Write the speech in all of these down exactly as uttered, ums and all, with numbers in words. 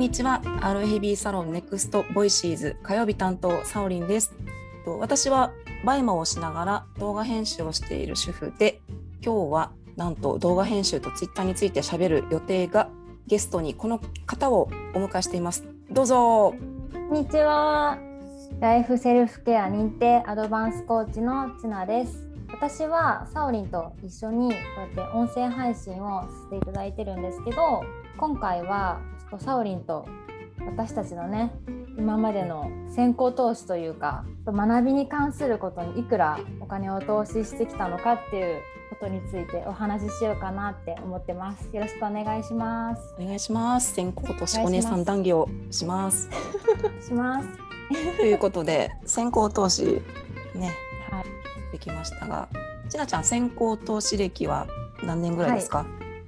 にちは。 アールエーエイチビー サロンネクストボイシーズ火曜日担当サオリンです。私はバイマをしながら動画編集をしている主婦で、今日はなんと動画編集とツイッターについて喋る予定が、ゲストにこの方をお迎えしています。どうぞ。 こんにちは。ライフセルフケア認定アドバンスコーチのツナです。私はサオリンと一緒にこうやって音声配信をさせていただいてるんですけど、今回はちょっとサオリンと私たちのね、今までの先行投資というか学びに関することにいくらお金を投資してきたのかっていうことについてお話ししようかなって思ってます。よろしくお願いします。 お願いします。先行投資お姉さん談義をしますしますということで、先行投資ね、 はい、できましたが、ちなちゃん先行投資歴は何年ぐらいですか？はい、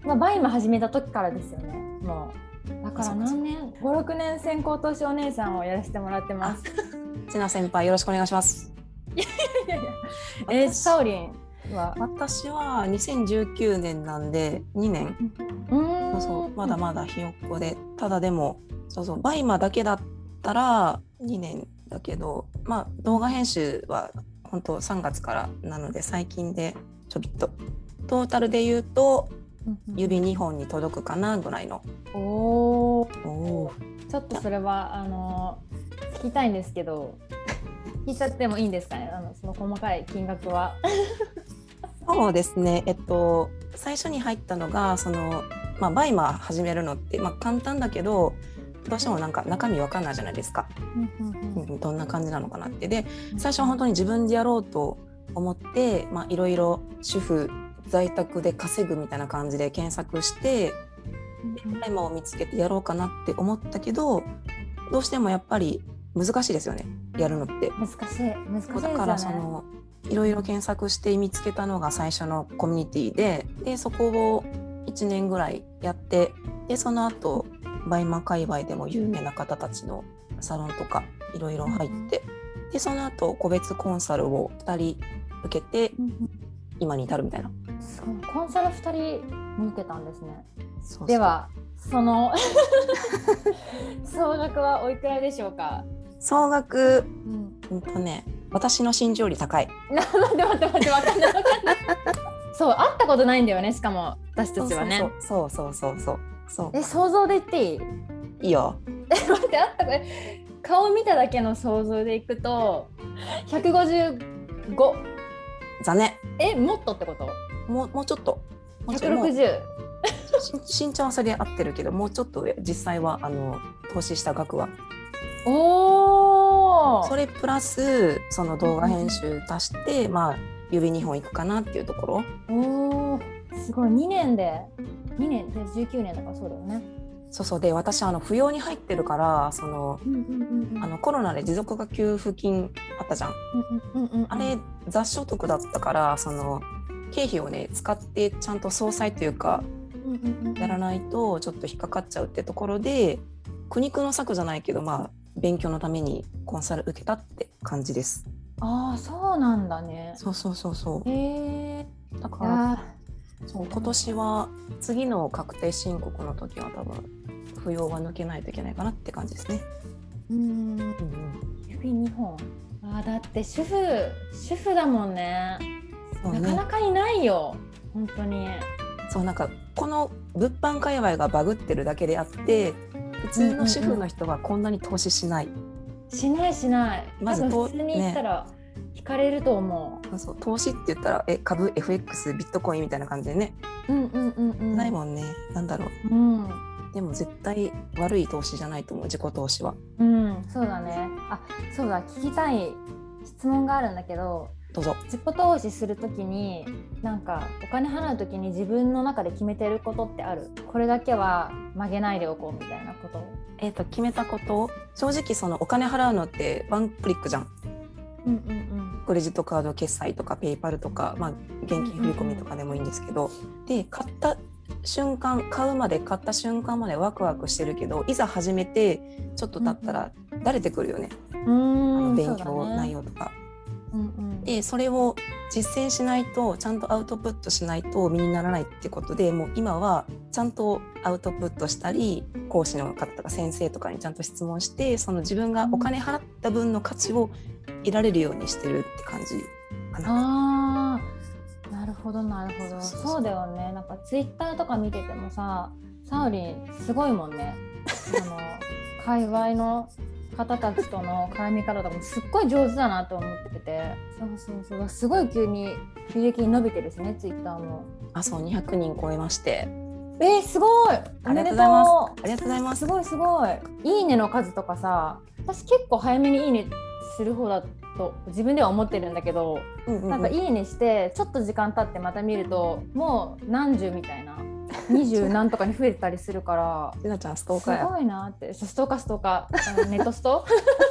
まあ、バイマ始めた時からですよね。もうだから何年 ごろくねん先行投資お姉さんをやらせてもらってます。 ちな先輩よろしくお願いします。 いやいやいやえー、サオリンは私はにせんじゅうきゅうねんなんでにねん、うん、そうそうまだまだひよっこで、ただでもそうそうバイマだけだったらにねんだけど、まあ動画編集は本当さんがつからなので最近でちょびっと、トータルで言うと指にほんに届くかなぐらいの。 おお、ちょっとそれはあの聞きたいんですけど聞いちゃってもいいんですかね、あのその細かい金額は。 そうですね、えっと最初に入ったのがその、まあ、バイマ始めるのって、まあ、簡単だけどどうしてもなんか中身わかんないじゃないですか、うんうん、どんな感じなのかなって。で最初は本当に自分でやろうと思って、まあ、いろいろ主婦在宅で稼ぐみたいな感じで検索してバイマを見つけてやろうかなって思ったけど、どうしてもやっぱり難しいですよね、やるのって。 難しい難しいですよね。 だからそのいろいろ検索して見つけたのが最初のコミュニティで、でそこをいちねんぐらいやって、でその後バイマ界隈でも有名な方たちのサロンとかいろいろ入って、でその後個別コンサルをふたり受けて今に至るみたいな。 すごい、コンサルふたりも受けたんですね。 そうそう、 ではその総額はおいくらでしょうか？ 総額、うん、うんとね、私の身長より高い。 待って待って待って、分かんない分かんないそう、会ったことないんだよね、しかも私たちはね。 そうそうそうそうそう。 え、想像で言っていい？ いいよ。 え、待って、会ったこれ顔見ただけの想像でいくとひゃくごじゅうご。 残念。 え、もっとってこと？ もう、もうちょっと。 ひゃくろくじゅう。 身長はそれ合ってるけど、もうちょっと上、実際はあの投資した額は。 おー、 それプラスその動画編集足して、うん、まあ指にほんいくかなっていうところ。 おー、すごい。にねんでにねんでじゅうきゅうねんだからそうだよね。 そうそう。で私あの扶養に入ってるから、その、うんうんうんうん、あのコロナで持続化給付金あったじゃん、うんうんうんうん、あれ雑所得だったから、その経費をね使ってちゃんと総裁というかやらないとちょっと引っかかっちゃうってところで、苦肉の策じゃないけど、まあ勉強のためにコンサル受けたって感じです。 ああ、そうなんだね。 そうそうそうそう。 へー、だからそう、今年は次の確定申告の時は多分扶養は抜けないといけないかなって感じですね。 うん、うん、指にほん。あ、だって主婦主婦だもんね。そうね、なかなかいないよ本当に。 そう、なんかこの物販界隈がバグってるだけであって、普通の主婦の人はこんなに投資しない、うんうんうん、しないしない。まず普通に言ったら引かれると思う、ね、 そうそう、投資って言ったらえ株 エフエックス ビットコインみたいな感じでね、 うんうんうんうん、 ないもんね。なんだろう、うん、でも絶対悪い投資じゃないと思う、自己投資は。 うん、そうだね。あ、そうだ、聞きたい質問があるんだけど、 どうぞ。 自己投資するときになんかお金払うときに自分の中で決めてることってある？これだけは曲げないでおこうみたいなこと。 えーと決めたこと、正直そのお金払うのってワンクリックじゃん、うんうんうん、クレジットカード決済とかペイパルとか、まあ、現金振り込みとかでもいいんですけど、うんうんうん、で買った瞬間、買うまで買った瞬間までワクワクしてるけど、いざ始めてちょっと経ったらだれてくるよね、うん、あの勉強内容とか、 うんうん、 でそれを実践しないと、ちゃんとアウトプットしないと身にならないってことで、もう今はちゃんとアウトプットしたり、講師の方とか先生とかにちゃんと質問して、その自分がお金払った分の価値を得られるようにしてるって感じかな。 あー、なるほどなるほど。そうそうそう、そうだよね。なんかツイッターとか見ててもさ、サオリンすごいもんね。あの界隈の方たちとの絡み方とかもすっごい上手だなと思ってて、そうそうそう、すごい急に急激に伸びてるしね、ツイッターも。 あ、そう、にひゃくにん超えまして。 えー、すごい、 ありがとうございます。ありがとうございます。 すごいすごい。いいねの数とかさ、私結構早めにいいねする方だと自分では思ってるんだけど、うんうんうん、なんかいいねしてちょっと時間経ってまた見るともう何十みたいなにじゅう何とかに増えたりするからちなちゃんストーカーや。 すごいなって。ストーカーストーカーネットスト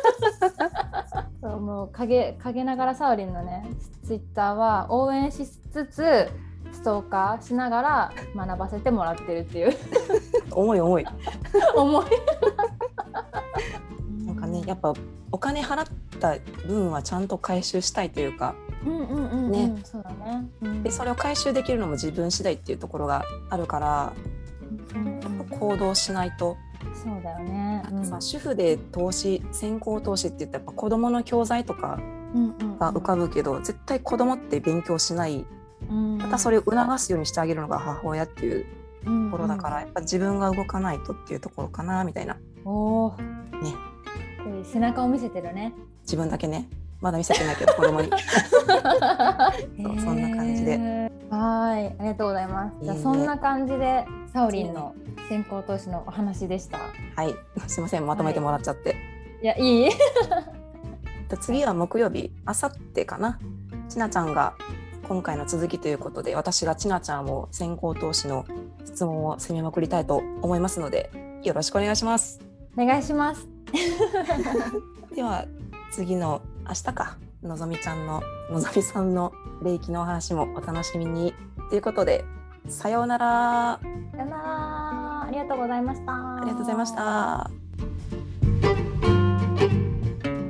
そうもう陰陰ながらサオリンのねツイッターは応援しつつストーカーしながら学ばせてもらってるっていう重い重い重いなんかね、やっぱお金払った分はちゃんと回収したいというか、 うんうんうんうん、 ね、 そうだね、うん、 でそれを回収できるのも自分次第っていうところがあるから、うんうん、やっぱ行動しないと。 そうだよね、 うん、さ主婦で投資、先行投資って言ったらやっぱ子どもの教材とかが浮かぶけど、うんうんうん、絶対子どもって勉強しない、うん、またそれを促すようにしてあげるのが母親っていうところだから、うんうん、やっぱ自分が動かないとっていうところかなみたいな。おー、ね、 背中を見せてるね。 自分だけね、まだ見せてないけど子供にそうそんな感じで。 はい、ありがとうございます。じゃあそんな感じでサオリンの先行投資のお話でした。 はい、すいません、まとめてもらっちゃって、はい、 いやいい次は木曜日、あさってかな、ちなちゃんが今回の続きということで、私がちなちゃんを先行投資の質問を攻めまくりたいと思いますので、よろしくお願いします。 お願いしますでは次の明日か、のぞみちゃんののぞみさんの霊気のお話もお楽しみにということで、さようなら。 さようなら。ありがとうございました。 ありがとうございました。